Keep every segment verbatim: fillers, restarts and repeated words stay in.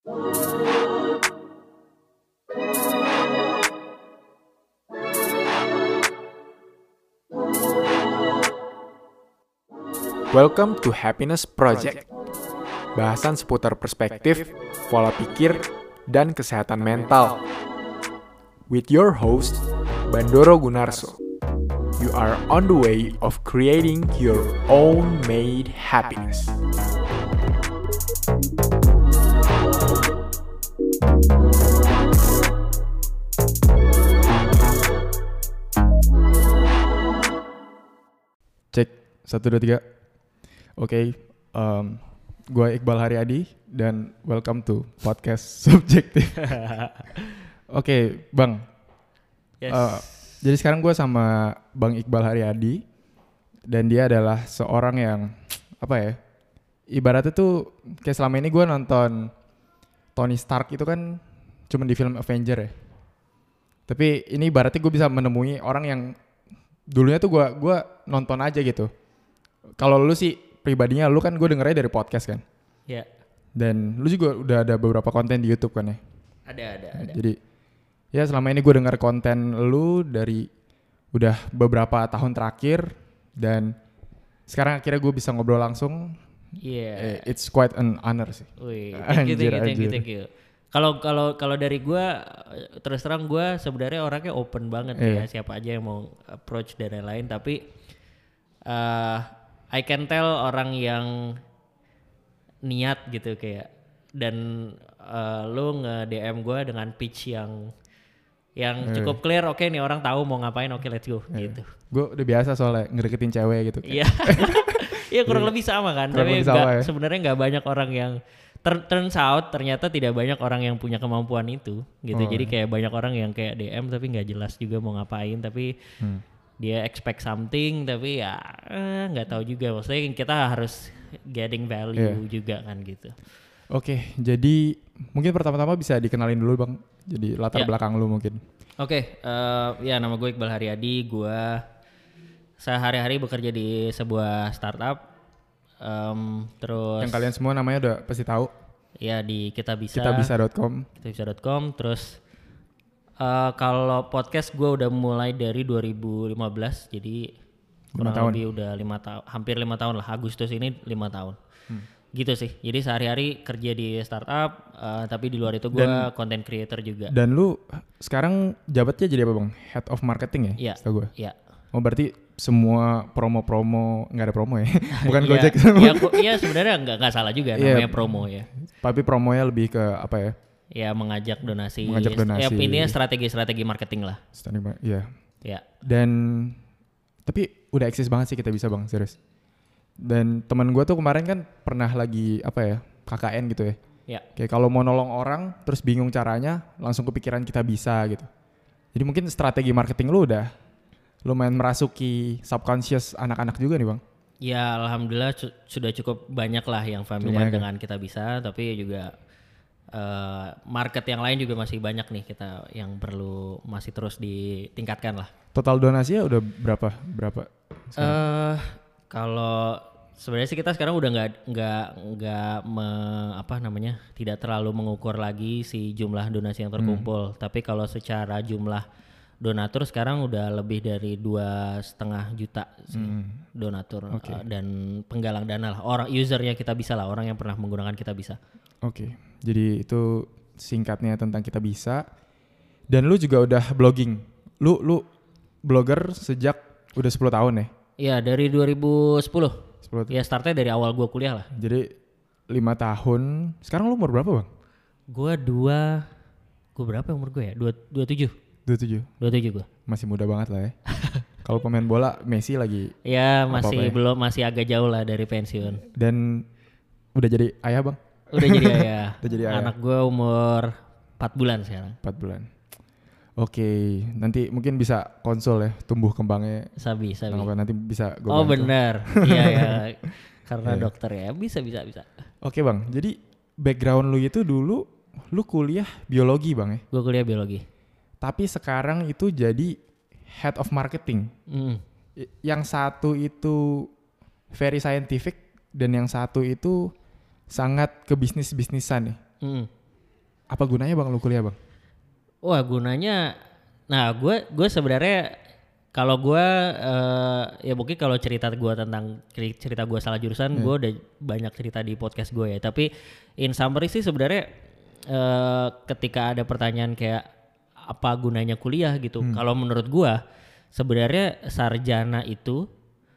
Welcome to Happiness Project. Bahasan seputar perspektif, pola pikir, dan kesehatan mental. With your host, Bandoro Gunarso. You are on the way of creating your own made happiness. Cek, satu, dua, tiga. Oke, okay, um, gue Iqbal Haryadi dan welcome to podcast Subjektif. Oke, okay, Bang. Yes. Uh, jadi sekarang gue sama Bang Iqbal Haryadi dan dia adalah seorang yang apa ya? Ibaratnya tuh kayak selama ini gue nonton Tony Stark itu kan cuma di film Avenger ya. Tapi ini ibaratnya gue bisa menemui orang yang dulunya tuh gue gue nonton aja gitu. Kalau lu sih pribadinya lu kan gue dengernya dari podcast kan. Ya. Dan lu juga udah ada beberapa konten di YouTube kan ya. Ada ada ada. Jadi ya selama ini gue denger konten lu dari udah beberapa tahun terakhir dan sekarang akhirnya gue bisa ngobrol langsung. Iya. Yeah. It's quite an honor sih. Wih, thank you, Anjir, thank you, thank you, anjir. thank you. Kalau kalau kalau dari gue terus terang gue sebenarnya orangnya open banget Yeah. ya, siapa aja yang mau approach dan lain-lain, tapi uh, I can tell orang yang niat gitu kayak dan uh, lu nge-D M gue dengan pitch yang yang Yeah. cukup clear. Oke, nih orang tahu mau ngapain, oke let's go gitu. Gue udah biasa soalnya ngedeketin cewek gitu. Iya. Iya kurang lebih sama kan, Kurang tapi lebih sama nggak- ya. sebenarnya nggak banyak orang yang ter- turns out ternyata tidak banyak orang yang punya kemampuan itu gitu. Oh, Jadi iya. kayak banyak orang yang kayak D M tapi nggak jelas juga mau ngapain, tapi Hmm. dia expect something tapi ya eh, nggak tahu juga. Maksudnya kita harus getting value Iya. juga kan gitu. Oke, jadi mungkin pertama-tama bisa dikenalin dulu Bang. Jadi latar Ya. belakang lu mungkin. Oke, eh, ya nama gue Iqbal Haryadi. Gue sehari-hari bekerja di sebuah startup. Em, terus Yang kalian semua namanya udah pasti tahu. ya di kita bisa Kitabisa dot com. kitabisa dot com. Terus uh, kalau podcast gue udah mulai dari dua ribu lima belas, jadi Lima kurang tahun. lebih udah lima tahun, hampir lima tahun lah. Agustus ini lima tahun. Hmm. Gitu sih. Jadi sehari-hari kerja di startup, uh, tapi di luar itu gue Dan- content creator juga. Dan lu sekarang jabatnya jadi apa Bang? Head of Marketing ya? Iya. Setahu gue. Ya. Oh berarti semua promo-promo, nggak ada promo ya? Bukan Iya, Gojek. Iya, kok- iya sebenarnya nggak nggak salah juga Iya. namanya promo ya. Tapi promonya lebih ke apa ya? Ya mengajak donasi. Mengajak donasi. Ya intinya strategi-strategi marketing lah. Standing Bang. Iya. Ya. Dan tapi udah eksis banget sih kita bisa Bang, serius. Dan teman gue tuh kemarin kan pernah lagi apa ya? K K N gitu ya. Ya. Kayak kalau mau nolong orang terus bingung caranya, langsung kepikiran kita bisa gitu. Jadi mungkin strategi marketing lu udah lumayan merasuki subconscious anak-anak juga nih Bang. Ya alhamdulillah cu- sudah cukup banyak lah yang familiar banyak ya? dengan kita bisa, tapi juga eh, market yang lain juga masih banyak nih kita yang perlu masih terus ditingkatkan lah. Total donasinya udah berapa? Berapa? Eh kalau sebenarnya sih kita sekarang udah nggak nggak nggak me- apa namanya tidak terlalu mengukur lagi si jumlah donasi yang terkumpul, tapi kalau secara jumlah donatur sekarang udah lebih dari dua setengah juta sih Hmm. donatur Oke. uh, dan penggalang dana lah, orang usernya kita bisa lah, orang yang pernah menggunakan kita bisa. Oke. Jadi itu singkatnya tentang kita bisa. Dan lu juga udah blogging. Lu lu blogger sejak udah sepuluh tahun ya? Ya dari dua ribu sepuluh sepuluh ya startnya dari awal gua kuliah lah. Jadi lima tahun. Sekarang lu umur berapa Bang? Gua dua gua berapa umur gue ya? Dua dua tujuh dua puluh tujuh. dua tujuh gua. Masih muda banget lah ya. Kalau pemain bola Messi lagi. Ya Apa-apa masih ya? belum, masih agak jauh lah dari pensiun. Dan udah jadi ayah Bang? Udah jadi ayah. Udah jadi ayah. Anak gue umur empat bulan sekarang. empat bulan. Oke, nanti mungkin bisa konsul ya, tumbuh kembangnya. Sabi, sabi. Apa nanti bisa gue Oh bantu. benar. Iya ya. Karena Iya. dokter ya. Bisa bisa bisa. Oke Bang, jadi background lu itu dulu lu kuliah biologi Bang ya. Gue kuliah biologi. Tapi sekarang itu jadi head of marketing. Mm. I- Yang satu itu very scientific dan yang satu itu sangat ke bisnis-bisnisan nih. Mm. Apa gunanya bang lu kuliah bang? Wah gunanya, nah gue gue sebenarnya kalau gue uh, ya mungkin kalau cerita gue tentang cerita gue salah jurusan, yeah. gue udah banyak cerita di podcast gue ya. Tapi in summary sih sebenarnya uh, ketika ada pertanyaan kayak apa gunanya kuliah gitu, hmm. kalau menurut gue sebenarnya sarjana itu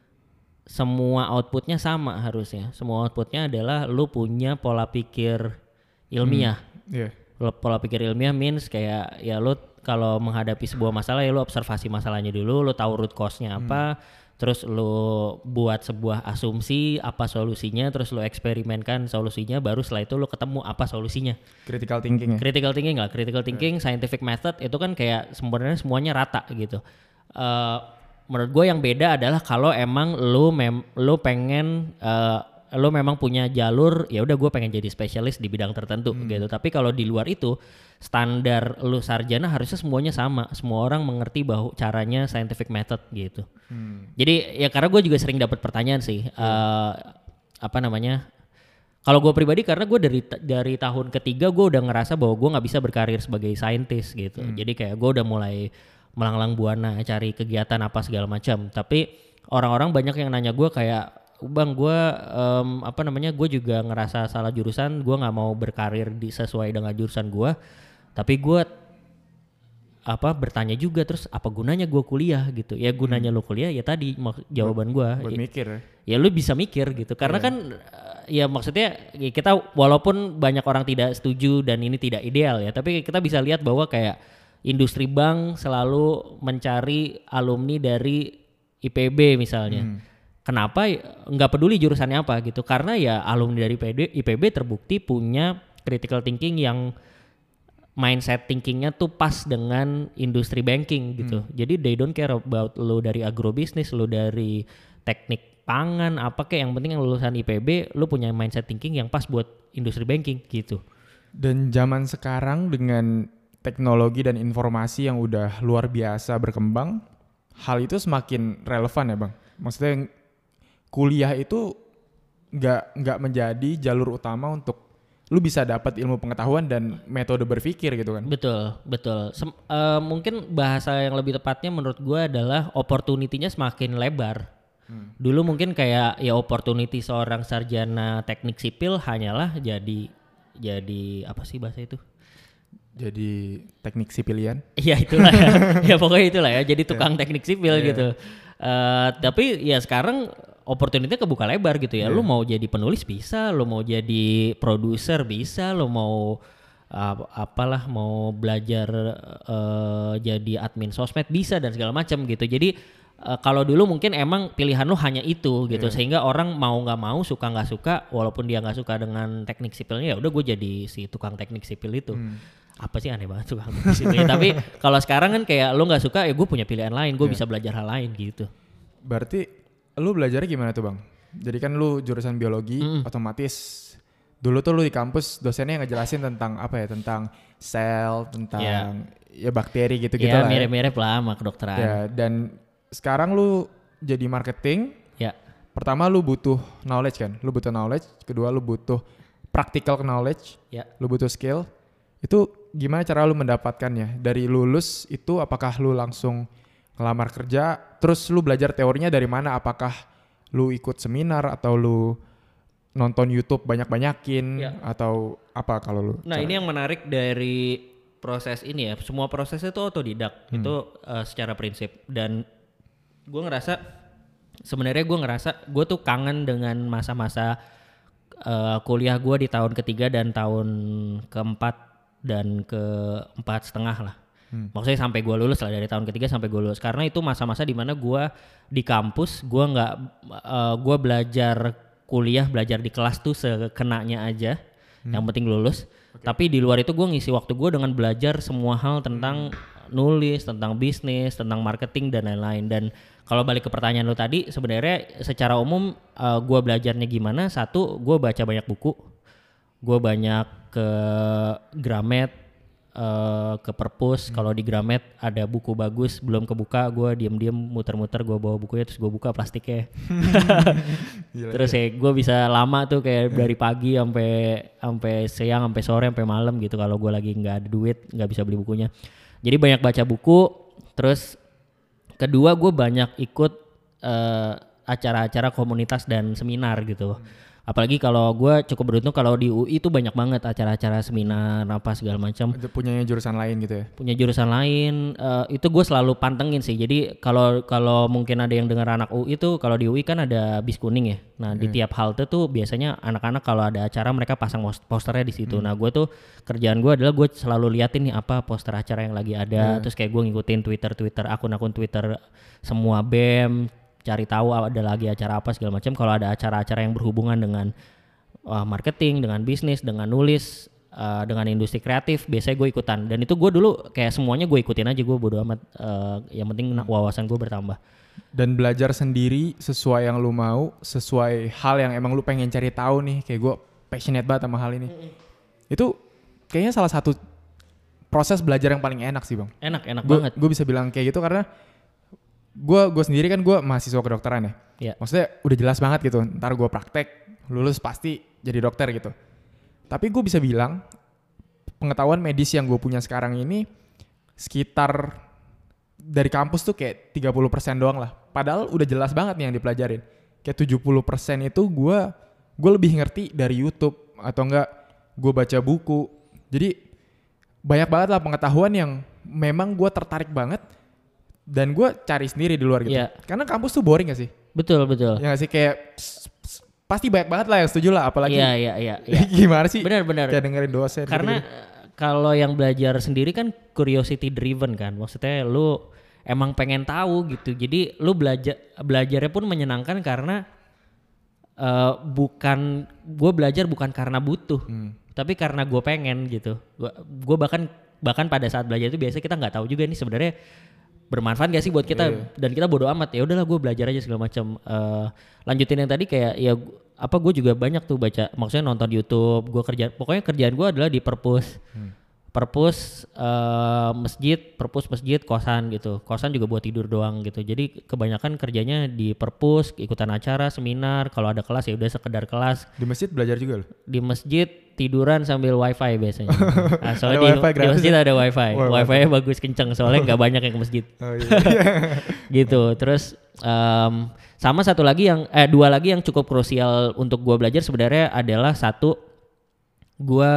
semua outputnya sama harusnya. Semua outputnya adalah lu punya pola pikir ilmiah. Hmm. Yeah. Pola pikir ilmiah means kayak ya lu kalau menghadapi sebuah masalah ya lu observasi masalahnya dulu, lu tahu root cause-nya apa, hmm. terus lu buat sebuah asumsi apa solusinya, terus lu eksperimenkan solusinya, baru setelah itu lu ketemu apa solusinya. Critical thinking ya? Critical thinking lah, critical thinking, yeah. Scientific method itu kan kayak sebenarnya semuanya rata gitu. Uh, menurut gue yang beda adalah kalau emang lu mem lu pengen uh, lu memang punya jalur ya udah gue pengen jadi spesialis di bidang tertentu hmm. gitu. Tapi kalau di luar itu standar lu sarjana harusnya semuanya sama, semua orang mengerti bahwa caranya scientific method gitu. Hmm. Jadi ya karena gue juga sering dapat pertanyaan sih, hmm. uh, apa namanya? Kalau gue pribadi karena gue dari dari tahun ketiga gue udah ngerasa bahwa gue nggak bisa berkarir sebagai scientist gitu. Hmm. Jadi kayak gue udah mulai melanglang buana cari kegiatan apa segala macam. Tapi orang-orang banyak yang nanya gue kayak, bang gue um, apa namanya gue juga ngerasa salah jurusan, gue nggak mau berkarir di sesuai dengan jurusan gue, tapi gue apa bertanya juga terus apa gunanya gue kuliah gitu. Ya gunanya hmm. lo kuliah ya tadi jawaban gue. Buat ya, mikir ya. Ya lu bisa mikir gitu karena yeah. kan ya maksudnya ya kita walaupun banyak orang tidak setuju dan ini tidak ideal ya, tapi kita bisa lihat bahwa kayak industri bank selalu mencari alumni dari I P B misalnya. Hmm. Kenapa nggak peduli jurusannya apa gitu? Karena ya alumni dari I P B terbukti punya critical thinking yang mindset thinkingnya tuh pas dengan industri banking gitu. Hmm. Jadi they don't care about lo dari agrobisnis, lo dari teknik pangan, apa kayak yang penting yang lulusan I P B, lo punya mindset thinking yang pas buat industri banking gitu. Dan zaman sekarang dengan teknologi dan informasi yang udah luar biasa berkembang, hal itu semakin relevan ya bang. Maksudnya kuliah itu nggak nggak menjadi jalur utama untuk lu bisa dapat ilmu pengetahuan dan metode berpikir gitu kan. Betul, betul. Sem- uh, mungkin bahasa yang lebih tepatnya menurut gue adalah opportunity-nya semakin lebar. Hmm. Dulu mungkin kayak ya opportunity seorang sarjana teknik sipil hanyalah jadi jadi apa sih bahasa itu? Jadi teknik sipilian. Iya itulah ya. Ya pokoknya itulah ya. Jadi tukang yeah. teknik sipil yeah. gitu. Uh, tapi ya sekarang opportunity kebuka lebar gitu ya. Yeah. Lu mau jadi penulis bisa, lu mau jadi produser bisa, lu mau uh, apalah mau belajar uh, jadi admin sosmed bisa dan segala macam gitu. Jadi uh, kalau dulu mungkin emang pilihan lu hanya itu gitu, yeah. sehingga orang mau nggak mau, suka nggak suka, walaupun dia nggak suka dengan teknik sipilnya, ya udah gue jadi si tukang teknik sipil itu. Hmm. Apa sih aneh banget tukang teknik sipil. Tapi kalau sekarang kan kayak lu nggak suka, ya gue punya pilihan lain, gue yeah. bisa belajar hal lain gitu. Berarti lu belajarnya gimana tuh bang? Jadi kan lu jurusan biologi, mm. otomatis dulu tuh lu di kampus dosennya ngejelasin tentang apa ya, tentang sel, tentang yeah. ya bakteri gitu-gitu yeah, lah. Iya mirip-mirip lah sama kedokteran. Ya, dan sekarang lu jadi marketing. Ya. Yeah. Pertama lu butuh knowledge kan, lu butuh knowledge. Kedua lu butuh practical knowledge. Ya. Yeah. Lu butuh skill. Itu gimana cara lu mendapatkannya? Dari lulus itu apakah lu langsung ngelamar kerja, terus lu belajar teorinya dari mana? Apakah lu ikut seminar atau lu nonton YouTube banyak-banyakin ya. Atau apa kalau lu? Nah, cara? Ini yang menarik dari proses ini ya. Semua proses itu otodidak, hmm. itu uh, secara prinsip. Dan gue ngerasa sebenarnya gue ngerasa gue tuh kangen dengan masa-masa uh, kuliah gue di tahun ketiga dan tahun keempat dan keempat setengah lah. Hmm. Maksudnya sampai gue lulus lah, dari tahun ketiga sampai gue lulus, karena itu masa-masa dimana gue di kampus gue nggak uh, gue belajar kuliah belajar di kelas tuh sekenanya aja, hmm. yang penting lulus. Okay. Tapi di luar itu gue ngisi waktu gue dengan belajar semua hal tentang hmm. nulis, tentang bisnis, tentang marketing dan lain-lain. Dan kalau balik ke pertanyaan lo tadi, sebenarnya secara umum uh, gue belajarnya gimana? Satu, gue baca banyak buku, gue banyak ke Gramet. uh, ke perpus. Hmm. Kalau di Gramet ada buku bagus belum kebuka, gue diem-diem muter-muter gue bawa bukunya terus gue buka plastiknya. Gila, terus ya gue bisa lama tuh kayak dari pagi sampai sampai siang sampai sore sampai malam gitu kalau gue lagi nggak ada duit nggak bisa beli bukunya. Jadi banyak baca buku. Terus kedua gue banyak ikut uh, acara-acara komunitas dan seminar gitu. Hmm. Apalagi kalau gue cukup beruntung kalau di U I itu banyak banget acara-acara seminar apa segala macam. Punyanya jurusan lain gitu ya? Punya jurusan lain, uh, itu gue selalu pantengin sih. Jadi kalau kalau mungkin ada yang dengar anak U I itu kalau di U I kan ada bis kuning ya. Nah hmm. di tiap halte tuh biasanya anak-anak kalau ada acara mereka pasang posternya di situ. Hmm. Nah gue tuh kerjaan gue adalah gue selalu liatin nih apa poster acara yang lagi ada. Hmm. Terus kayak gue ngikutin Twitter-Twitter akun-akun Twitter semua B E M. Cari tahu ada lagi acara apa segala macam. Kalau ada acara-acara yang berhubungan dengan uh, marketing, dengan bisnis, dengan nulis, uh, dengan industri kreatif, biasanya gue ikutan. Dan itu gue dulu kayak semuanya gue ikutin aja, gue bodo amat. Uh, yang penting wawasan gue bertambah. Dan belajar sendiri sesuai yang lu mau, sesuai hal yang emang lu pengen cari tahu nih. Kayak gue passionate banget sama hal ini. Mm-hmm. Itu kayaknya salah satu proses belajar yang paling enak sih bang. Enak, enak gua, banget. Gue bisa bilang kayak gitu karena gue gue sendiri kan gue mahasiswa kedokteran ya. Yeah. Maksudnya udah jelas banget gitu. Ntar gue praktek, lulus pasti jadi dokter gitu. Tapi gue bisa bilang pengetahuan medis yang gue punya sekarang ini sekitar dari kampus tuh kayak tiga puluh persen doang lah. Padahal udah jelas banget nih yang dipelajarin. Kayak tujuh puluh persen itu gue gue lebih ngerti dari YouTube atau enggak gue baca buku. Jadi banyak banget lah pengetahuan yang memang gue tertarik banget. Dan gue cari sendiri di luar gitu. Yeah. Karena kampus tuh boring gak sih? Betul, betul. Ya gak sih kayak pss, pss, pasti banyak banget lah yang setuju lah. Apalagi Iya, iya, iya. Ya. Gimana sih? Benar-benar. Kayak dengerin dosen. Karena gitu. Kalau yang belajar sendiri kan curiosity driven kan. Maksudnya lu emang pengen tahu gitu. Jadi lu belajar belajarnya pun menyenangkan karena uh, bukan gue belajar bukan karena butuh. Hmm. Tapi karena gue pengen gitu. Gue bahkan bahkan pada saat belajar itu biasanya kita nggak tahu juga nih sebenarnya bermanfaat gak sih buat kita, yeah. Dan kita bodo amat ya udahlah gue belajar aja segala macam. Uh, lanjutin yang tadi kayak ya apa gue juga banyak tuh baca, maksudnya nonton YouTube, gue kerja pokoknya kerjaan gue adalah di perpus. Hmm. Perpus uh, masjid, perpus masjid, kosan gitu. Kosan juga buat tidur doang gitu. Jadi kebanyakan kerjanya di perpus, ikutan acara, seminar, kalau ada kelas ya udah sekedar kelas. Di masjid belajar juga loh. Di masjid tiduran sambil wifi biasanya. Nah, soalnya di, di masjid ada wifi. Wow, wifi-nya bagus kenceng soalnya nggak banyak yang ke masjid. Oh, iya. Gitu. Terus um, sama satu lagi yang eh dua lagi yang cukup krusial untuk gue belajar sebenarnya adalah satu gue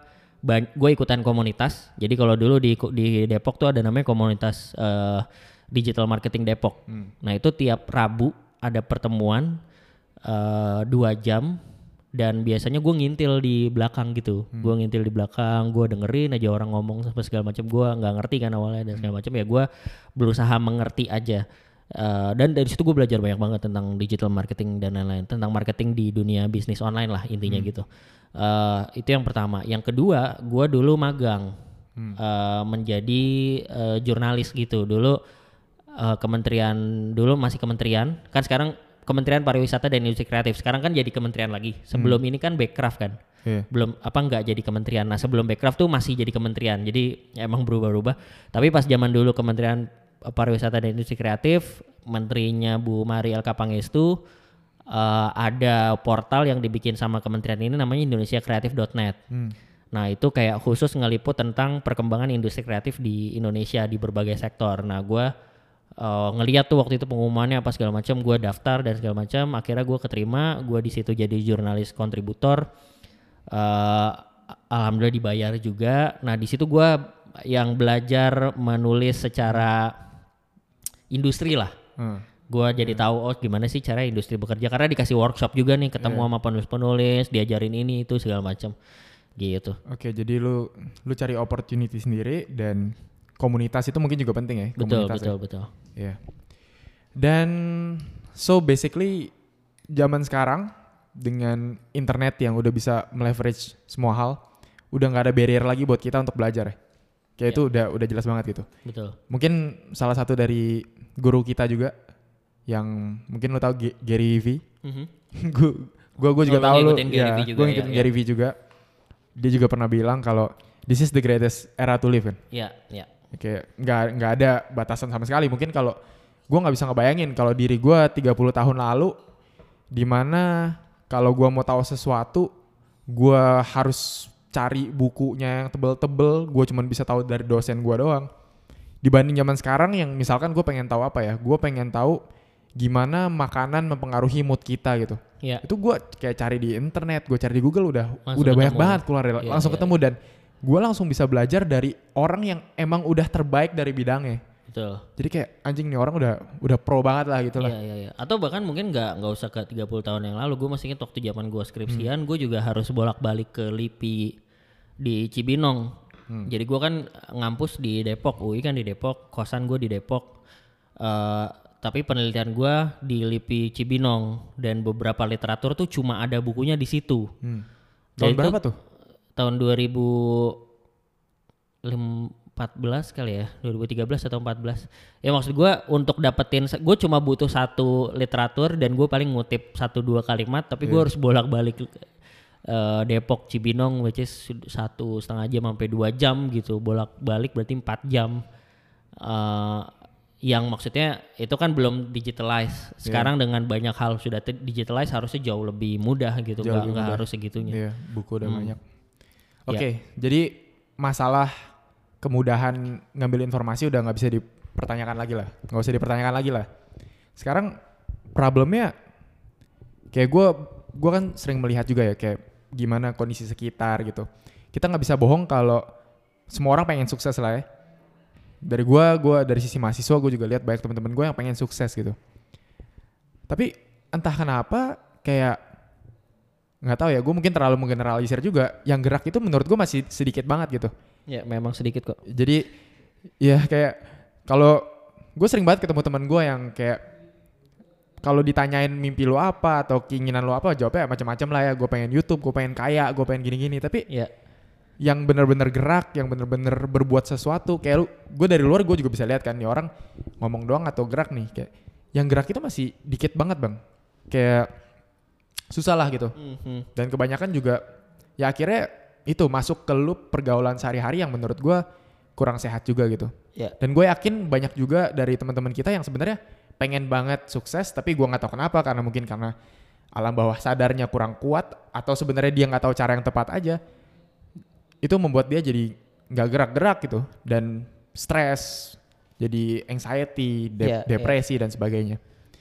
gue ikutan komunitas. Jadi kalau dulu di di Depok tuh ada namanya komunitas uh, digital marketing Depok. Hmm. Nah itu tiap Rabu ada pertemuan uh, dua jam dan biasanya gue ngintil di belakang gitu. Hmm. Gue ngintil di belakang, gue dengerin aja orang ngomong sampai segala macam. Gue nggak ngerti kan awalnya dan segala macam ya gue berusaha mengerti aja. Uh, dan dari situ gue belajar banyak banget tentang digital marketing dan lain-lain, tentang marketing di dunia bisnis online lah intinya hmm. gitu. Uh, itu yang pertama. Yang kedua, gue dulu magang hmm. uh, menjadi uh, jurnalis gitu. Dulu uh, kementerian, dulu masih kementerian. Kan sekarang Kementerian Pariwisata dan Industri Kreatif. Sekarang kan jadi kementerian lagi. Sebelum hmm. ini kan Bekraf kan. Yeah. Belum apa nggak jadi kementerian. Nah sebelum Bekraf tuh masih jadi kementerian. Jadi ya emang berubah-ubah. Tapi pas zaman dulu Kementerian Pariwisata dan Industri Kreatif, menterinya Bu Mari Elka Pangestu. Uh, ada portal yang dibikin sama kementerian ini namanya indonesia kreatif dot net. Hmm. Nah itu kayak khusus ngeliput tentang perkembangan industri kreatif di Indonesia di berbagai sektor. Nah gue uh, ngeliat tuh waktu itu pengumumannya apa segala macam, gue daftar dan segala macam. Akhirnya gue keterima, gue di situ jadi jurnalis kontributor. Uh, alhamdulillah dibayar juga. Nah di situ gue yang belajar menulis secara industri lah. Hmm. Gue jadi hmm. tahu oh gimana sih cara industri bekerja karena dikasih workshop juga nih ketemu yeah. sama penulis-penulis diajarin ini itu segala macam gitu. Oke, jadi lu lu cari opportunity sendiri dan komunitas itu mungkin juga penting ya. Betul betul ya. betul. Ya. Yeah. Dan so basically zaman sekarang dengan internet yang udah bisa meleverage semua hal, udah nggak ada barrier lagi buat kita untuk belajar ya. Kayak yeah. itu udah udah jelas banget gitu. Betul. Mungkin salah satu dari guru kita juga yang mungkin lo tau G- Gary Vee, mm-hmm. gue gue juga oh, tahu lo, ya, gue ngikutin Gary Vee juga. Dia juga pernah bilang kalau this is the greatest era to live kan. Iya, iya. Kayak nggak nggak ada batasan sama sekali. Mungkin kalau gue nggak bisa ngebayangin kalau diri gue tiga puluh tahun lalu, dimana kalau gue mau tahu sesuatu, gue harus cari bukunya yang tebel-tebel, gue cuma bisa tahu dari dosen gue doang. Dibanding zaman sekarang yang misalkan gue pengen tahu apa ya, gue pengen tahu gimana makanan mempengaruhi mood kita gitu. Ya. Itu gue kayak cari di internet, gue cari di Google udah Langsung udah banyak ketemu. banget keluar Ya, langsung ya, ketemu dan gue langsung bisa belajar dari orang yang emang udah terbaik dari bidangnya. Betul. Jadi kayak anjing nih orang udah udah pro banget lah gitu lah. Iya, iya, iya. Atau bahkan mungkin nggak nggak usah ke tiga puluh tahun yang lalu. Gue masih ingat waktu zaman gue skripsian, Hmm. gue juga harus bolak-balik ke LIPI di Cibinong. Hmm. Jadi gue kan ngampus di Depok, U I kan di Depok, kosan gue di Depok. Uh, tapi penelitian gue di LIPI Cibinong dan beberapa literatur tuh cuma ada bukunya di situ. Hmm. Dan Tahun itu berapa tuh? Tahun dua ribu empat belas kali ya, dua ribu tiga belas atau empat belas. Ya maksud gue untuk dapetin, gue cuma butuh satu literatur dan gue paling ngutip satu dua kalimat, tapi gue Yeah. harus bolak-balik uh, Depok Cibinong, which is satu setengah jam sampai dua jam gitu, bolak-balik berarti empat jam. Uh, yang maksudnya itu kan belum digitalize. Sekarang yeah. dengan banyak hal sudah te- digitalize, harusnya jauh lebih mudah gitu, Jauh nggak lebih nggak mudah. harus segitunya. Iya, buku udah Hmm. banyak. Oke, okay, jadi masalah kemudahan ngambil informasi udah nggak bisa dipertanyakan lagi lah, nggak usah dipertanyakan lagi lah. Sekarang problemnya kayak gue, gue kan sering melihat juga ya kayak gimana kondisi sekitar gitu. Kita nggak bisa bohong kalau semua orang pengen sukses lah ya. Dari gue, gue dari sisi mahasiswa gue juga lihat banyak teman-teman gue yang pengen sukses gitu. Tapi entah kenapa kayak nggak tahu ya, gue mungkin terlalu menggeneralisir juga. Yang gerak itu menurut gue masih sedikit banget gitu. Ya memang sedikit kok. Jadi ya kayak kalau gue sering banget ketemu teman gue yang kayak kalau ditanyain mimpi lu apa atau keinginan lu apa, jawabnya macam-macam lah ya. Gue pengen YouTube, gue pengen kaya, gue pengen gini-gini. Tapi ya. yang benar-benar gerak, yang benar-benar berbuat sesuatu, kayak lu, gue dari luar gue juga bisa lihat kan, nih orang ngomong doang atau gerak nih, kayak yang gerak itu masih dikit banget bang, kayak susah lah gitu. Mm-hmm. Dan kebanyakan juga ya akhirnya itu masuk ke loop pergaulan sehari-hari yang menurut gue kurang sehat juga gitu. Ya. Dan gue yakin banyak juga dari teman-teman kita yang sebenarnya pengen banget sukses, tapi gue nggak tahu kenapa, karena mungkin karena alam bawah sadarnya kurang kuat atau sebenarnya dia nggak tahu cara yang tepat aja. Itu membuat dia jadi nggak gerak-gerak gitu dan stres, jadi anxiety, de- yeah, depresi yeah. dan sebagainya.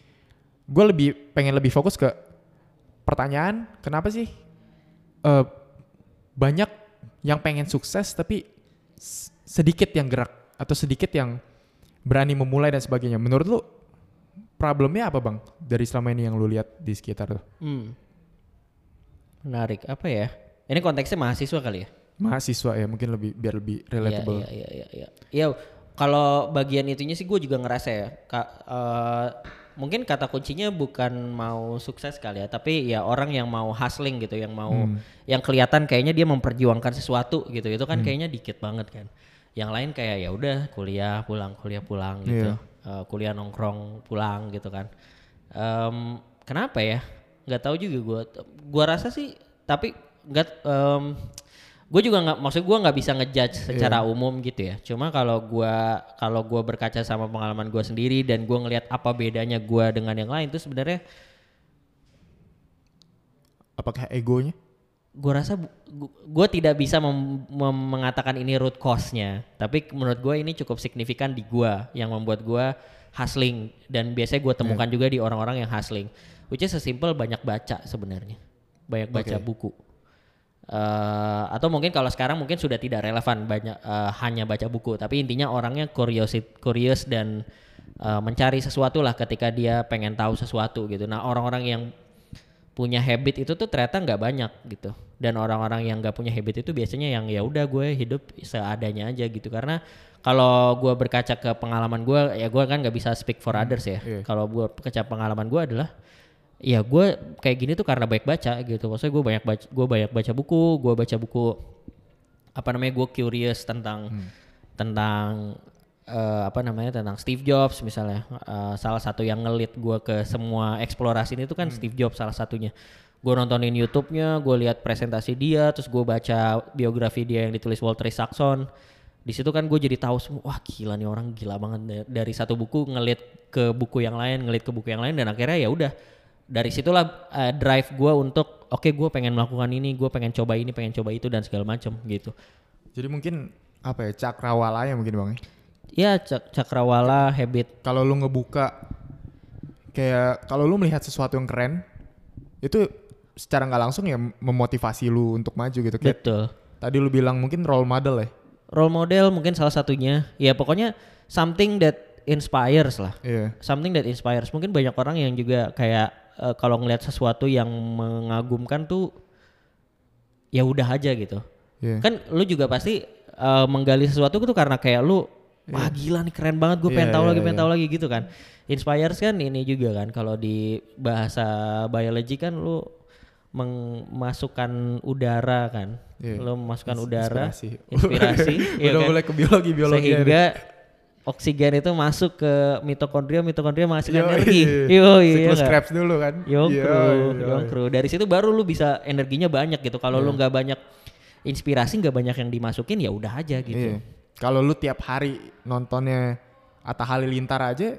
Gue lebih pengen lebih fokus ke pertanyaan, kenapa sih uh, banyak yang pengen sukses tapi s- sedikit yang gerak atau sedikit yang berani memulai dan sebagainya. Menurut lu problemnya apa bang dari selama ini yang lu lihat di sekitar tuh? Hmm. Menarik apa ya? Ini konteksnya mahasiswa kali ya? Mahasiswa ya, mungkin lebih biar lebih relatable. Iya, iya, iya, iya. Iya, kalau bagian itunya sih gue juga ngerasa ya. Ka, uh, mungkin kata kuncinya bukan mau sukses kali ya, tapi ya orang yang mau hustling gitu, yang mau, hmm. yang kelihatan kayaknya dia memperjuangkan sesuatu gitu. Itu kan hmm. kayaknya dikit banget kan. Yang lain kayak ya udah kuliah pulang, kuliah pulang gitu, yeah. uh, kuliah nongkrong pulang gitu kan. Um, kenapa ya? Nggak tahu juga gue. Gue rasa sih, tapi nggak. Um, gue juga nggak, maksud gue nggak bisa ngejudge secara yeah. umum gitu ya. Cuma kalau gue kalau gue berkaca sama pengalaman gue sendiri dan gue ngelihat apa bedanya gue dengan yang lain, itu sebenarnya apakah egonya? Gue rasa gue tidak bisa mem- mem- mengatakan ini root cause-nya, tapi menurut gue ini cukup signifikan di gue yang membuat gue hustling, dan biasanya gue temukan yeah. juga di orang-orang yang hustling, which is sesimpel banyak baca sebenarnya, banyak baca okay. buku. Uh, atau mungkin kalau sekarang mungkin sudah tidak relevan banyak uh, hanya baca buku, tapi intinya orangnya curious, curious dan uh, mencari sesuatu lah ketika dia pengen tahu sesuatu gitu. Nah orang-orang yang punya habit itu tuh ternyata nggak banyak gitu, dan orang-orang yang nggak punya habit itu biasanya yang ya udah gue hidup seadanya aja gitu. Karena kalau gue berkaca ke pengalaman gue, ya gue kan nggak bisa speak for others ya. Yeah. Kalau gue berkaca pengalaman gue adalah ya gue kayak gini tuh karena banyak baca gitu. Maksudnya gue banyak baca, gue banyak baca buku, gue baca buku apa namanya, gue curious tentang hmm. tentang uh, apa namanya tentang Steve Jobs misalnya. Uh, salah satu yang ngelit gue ke semua eksplorasi ini tuh kan hmm. Steve Jobs salah satunya. gue nontonin YouTube-nya, gue lihat presentasi dia, terus gue baca biografi dia yang ditulis Walter Isaacson. Di situ kan gue jadi tahu semua, wah gila nih orang gila banget dari satu buku ngeliat ke buku yang lain, ngeliat ke buku yang lain, dan akhirnya ya udah dari situlah uh, drive gue untuk oke okay, gue pengen melakukan ini, gue pengen coba ini, pengen coba itu dan segala macam gitu. Jadi mungkin apa ya, cakrawala ya mungkin Bang? Ya cak- cakrawala, habit. Kalau lu ngebuka kayak kalau lu melihat sesuatu yang keren itu secara nggak langsung ya memotivasi lu untuk maju gitu. Kayak betul. Tadi lu bilang mungkin role model ya. Role model mungkin salah satunya. Ya pokoknya something that inspires lah. Iya. Something that inspires. Mungkin banyak orang yang juga kayak uh, kalau ngelihat sesuatu yang mengagumkan tuh ya udah aja gitu. Iya. Kan lu juga pasti uh, menggali sesuatu tuh karena kayak lu wah gila nih keren banget, gue yeah, pengen tahu yeah, lagi, pengen yeah. tahu lagi gitu kan. Inspires kan ini juga kan, kalau di bahasa biologi kan lu memasukkan udara kan, yeah. lu memasukkan Ins- udara, inspirasi, inspirasi udah kan? Mulai ke biologi, biologi sehingga ya. Oksigen itu masuk ke mitokondria, mitokondria menghasilkan energi. Yo, iya. Siklus Krebs dulu kan. Yo, kru, yo, kru. Dari situ baru lu bisa energinya banyak gitu. Kalau yeah. lu nggak banyak inspirasi, nggak banyak yang dimasukin, ya udah aja gitu. Yeah. Kalau lu tiap hari nontonnya Atta Halilintar aja,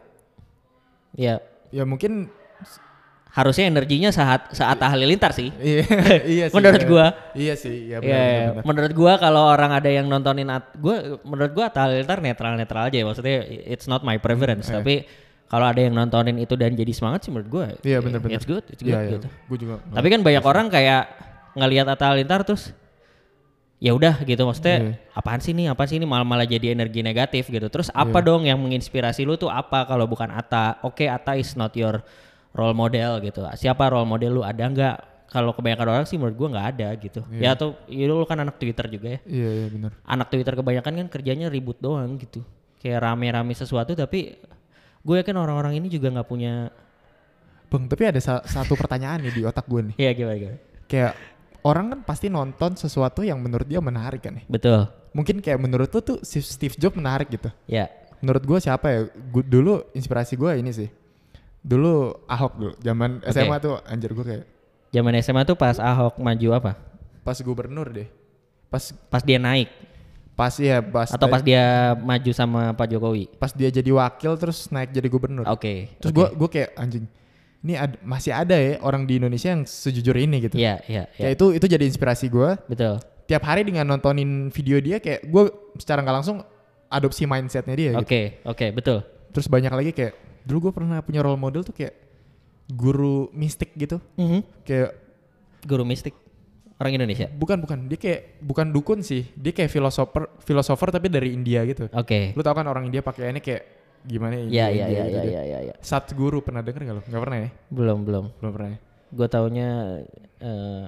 ya, ya mungkin harusnya energinya saat saat Atta Halilintar sih. Iya, iya sih. Menurut ya. gua. Iya sih, iya benar, ya, benar, benar. Menurut gua kalau orang ada yang nontonin at, gua menurut gua Atta Halilintar netral-netral aja ya. Maksudnya it's not my preference, hmm, tapi eh. kalau ada yang nontonin itu dan jadi semangat sih menurut gua. Iya, benar-benar. It's good, it's good ya, gitu. Ya. Gua juga. Tapi kan banyak orang kayak ngelihat Atta Halilintar terus ya udah gitu, maksudnya yeah. apaan sih nih, apaan sih ini, malah malah jadi energi negatif gitu. Terus apa yeah. dong yang menginspirasi lu tuh apa kalau bukan Atta? Oke, okay, Atta is not your role model gitu. Siapa role model lu, ada nggak? Kalau kebanyakan orang sih menurut gua nggak ada gitu. Yeah. Ya atau ya lu kan anak Twitter juga ya. Iya yeah, yeah, benar. Anak Twitter kebanyakan kan kerjanya ribut doang gitu. Kayak rame-rame sesuatu, tapi gue yakin orang-orang ini juga nggak punya. Bang, tapi ada sa- satu pertanyaan nih di otak gue nih. Iya gimana gimana? Kayak orang kan pasti nonton sesuatu yang menurut dia menarik kan ya. Betul. Mungkin kayak menurut lu tuh Steve Jobs menarik gitu. Ya. Menurut gue siapa ya? Gua, dulu inspirasi gue ini sih. Dulu Ahok dulu. Zaman okay. S M A tuh anjir gue kayak. Zaman S M A tuh pas Ahok maju apa? Pas gubernur deh. Pas pas dia naik. Pas ya pas. Atau pas dia maju sama Pak Jokowi. Pas dia jadi wakil terus naik jadi gubernur. Oke. Okay. Terus okay. gue gue kayak anjing. Ini ad, masih ada ya orang di Indonesia yang sejujur ini gitu. Iya, iya, iya. Kayak itu itu jadi inspirasi gue. Betul. Tiap hari dengan nontonin video dia kayak gue secara nggak langsung adopsi mindsetnya dia. Oke, okay, gitu. oke, okay, betul. Terus banyak lagi kayak dulu gue pernah punya role model tuh kayak guru mistik gitu. Mm-hmm. Kayak guru mistik orang Indonesia. Bukan, bukan. Dia kayak bukan dukun sih. Dia kayak filosofer, filosofer tapi dari India gitu. Oke. Okay. Lu tau kan orang India pakaiannya kayak gimana ya? Iya, iya, gitu iya, iya, iya. Satguru pernah denger gak lo? Gak pernah ya? Belum, belum. Belum pernah ya? Gue taunya uh,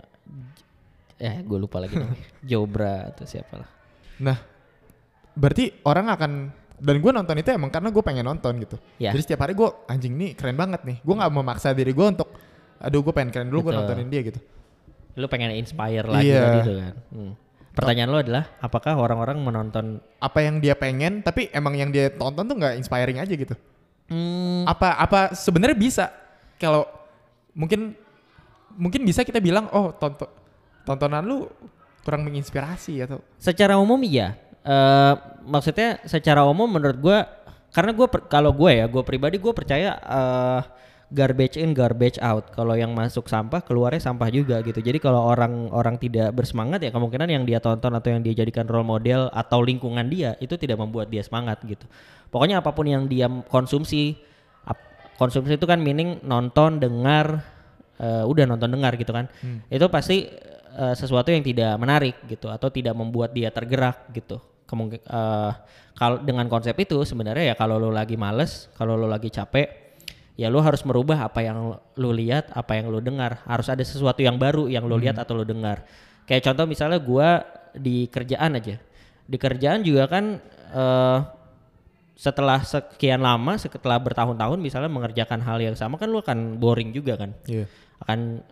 eh gue lupa lagi namanya. Jobra atau siapa lah. Nah, berarti orang akan, dan gue nonton itu emang karena gue pengen nonton gitu. Ya. Jadi setiap hari gue anjing nih keren banget nih. Gue gak memaksa diri gue untuk aduh gue pengen keren dulu, gue nontonin dia gitu. Lu pengen inspire lagi iya. tadi tuh kan. Hmm. Pertanyaan lo adalah apakah orang-orang menonton apa yang dia pengen tapi emang yang dia tonton tuh nggak inspiring aja gitu? Hmm. Apa apa sebenarnya bisa kalau mungkin mungkin bisa kita bilang oh tonton tontonan lu kurang menginspirasi atau? Secara umum iya. Uh, maksudnya secara umum menurut gue karena gue kalau gue ya gue pribadi gue percaya uh, garbage in garbage out. Kalau yang masuk sampah keluarnya sampah juga gitu. Jadi kalau orang-orang tidak bersemangat ya kemungkinan yang dia tonton atau yang dia jadikan role model atau lingkungan dia itu tidak membuat dia semangat gitu. Pokoknya apapun yang dia konsumsi, konsumsi itu kan meaning nonton, dengar, uh, udah nonton dengar gitu kan. Hmm. Itu pasti uh, sesuatu yang tidak menarik gitu atau tidak membuat dia tergerak gitu. Kemungkin uh, kalau dengan konsep itu sebenarnya ya kalau lo lagi males, kalau lo lagi capek ya lu harus merubah apa yang lu lihat, apa yang lu dengar. Harus ada sesuatu yang baru yang lu hmm. lihat atau lu dengar. Kayak contoh misalnya gua di kerjaan aja. Di kerjaan juga kan uh, setelah sekian lama, setelah bertahun-tahun misalnya mengerjakan hal yang sama kan lu akan boring juga kan. Yeah. Akan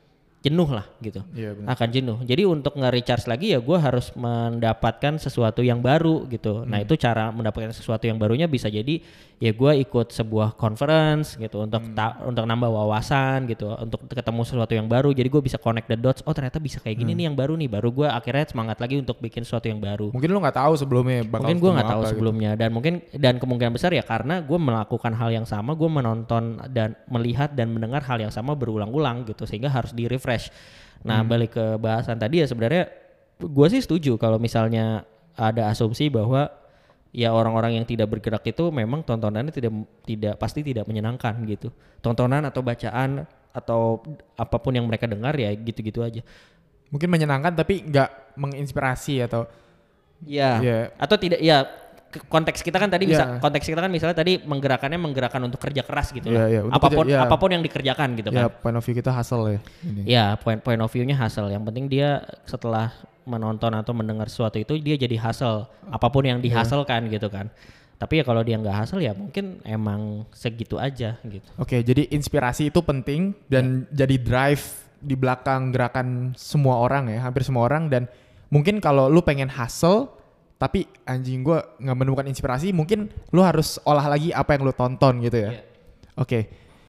jenuh lah gitu. Iya, benar. Akan jenuh. Jadi untuk nge-recharge lagi ya gue harus mendapatkan sesuatu yang baru gitu. Hmm. Nah itu cara mendapatkan sesuatu yang barunya bisa jadi ya gue ikut sebuah conference gitu untuk hmm. ta- untuk nambah wawasan gitu, untuk ketemu sesuatu yang baru. Jadi gue bisa connect the dots. Oh ternyata bisa kayak gini hmm. nih yang baru nih. Baru gue akhirnya semangat lagi untuk bikin sesuatu yang baru. Mungkin lu nggak tahu sebelumnya bakal mungkin gue nggak tahu gitu. sebelumnya dan mungkin dan kemungkinan besar ya karena gue melakukan hal yang sama, gue menonton dan melihat dan mendengar hal yang sama berulang-ulang gitu sehingga harus di refresh. Nah hmm. balik ke bahasan tadi ya sebenarnya gue sih setuju kalau misalnya ada asumsi bahwa ya orang-orang yang tidak bergerak itu memang tontonannya tidak tidak pasti tidak menyenangkan gitu. Tontonan atau bacaan atau apapun yang mereka dengar ya gitu-gitu aja. Mungkin menyenangkan tapi nggak menginspirasi atau ya yeah. atau tidak ya konteks kita kan tadi yeah. bisa konteks kita kan misalnya tadi menggerakkannya menggerakkan untuk kerja keras gitu yeah, lah. Yeah. Apapun kerja, yeah. apapun yang dikerjakan gitu yeah, kan. Point of view kita hustle ya. Ini. Ya point point of view-nya hustle. Yang penting dia setelah menonton atau mendengar sesuatu itu dia jadi hustle apapun yang dihasilkan yeah. gitu kan. Tapi ya kalau dia nggak hasil ya mungkin emang segitu aja gitu. Oke, okay, jadi inspirasi itu penting dan yeah. jadi drive di belakang gerakan semua orang ya, hampir semua orang. Dan mungkin kalau lu pengen hustle tapi anjing gue nggak menemukan inspirasi, mungkin lu harus olah lagi apa yang lu tonton gitu ya. Yeah. Oke, okay.